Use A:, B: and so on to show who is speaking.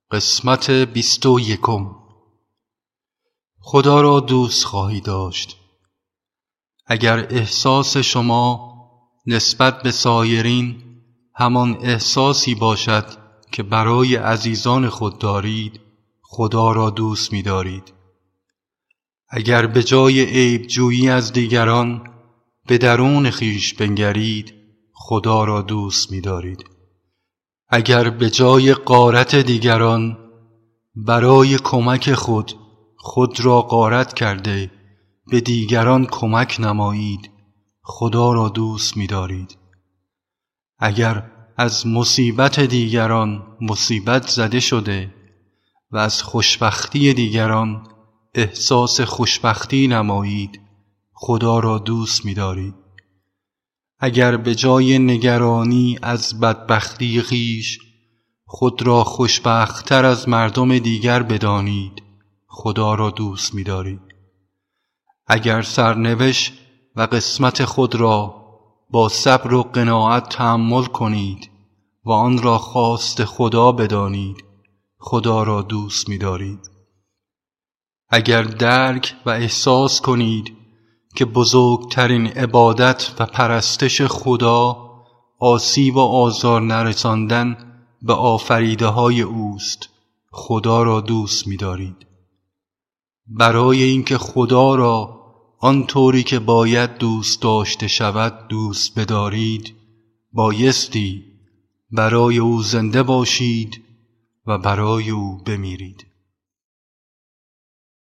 A: قسمت 21. خدا را دوست خواهی داشت. اگر احساس شما نسبت به سایرین همان احساسی باشد که برای عزیزان خود دارید، خدا را دوست می دارید. اگر به جای عیب جویی از دیگران به درون خویش بنگرید، خدا را دوست می دارید. اگر به جای غارت دیگران برای کمک خود را غارت کرده به دیگران کمک نمایید، خدا را دوست می دارید. اگر از مصیبت دیگران مصیبت زده شده و از خوشبختی دیگران احساس خوشبختی نمایید، خدا را دوست می دارید. اگر به جای نگرانی از بدبختی خویش خود را خوشبخت‌تر از مردم دیگر بدانید، خدا را دوست می دارید. اگر سرنوشت و قسمت خود را با صبر و قناعت تحمل کنید و آن را خواست خدا بدانید، خدا را دوست می دارید. اگر درک و احساس کنید که بزرگترین عبادت و پرستش خدا آسیب و آزار نرساندن به آفریده های اوست، خدا را دوست می دارید. برای اینکه خدا را آنطوری که باید دوست داشته شود دوست بدارید، بایستی برای او زنده باشید و برای او بمیرید.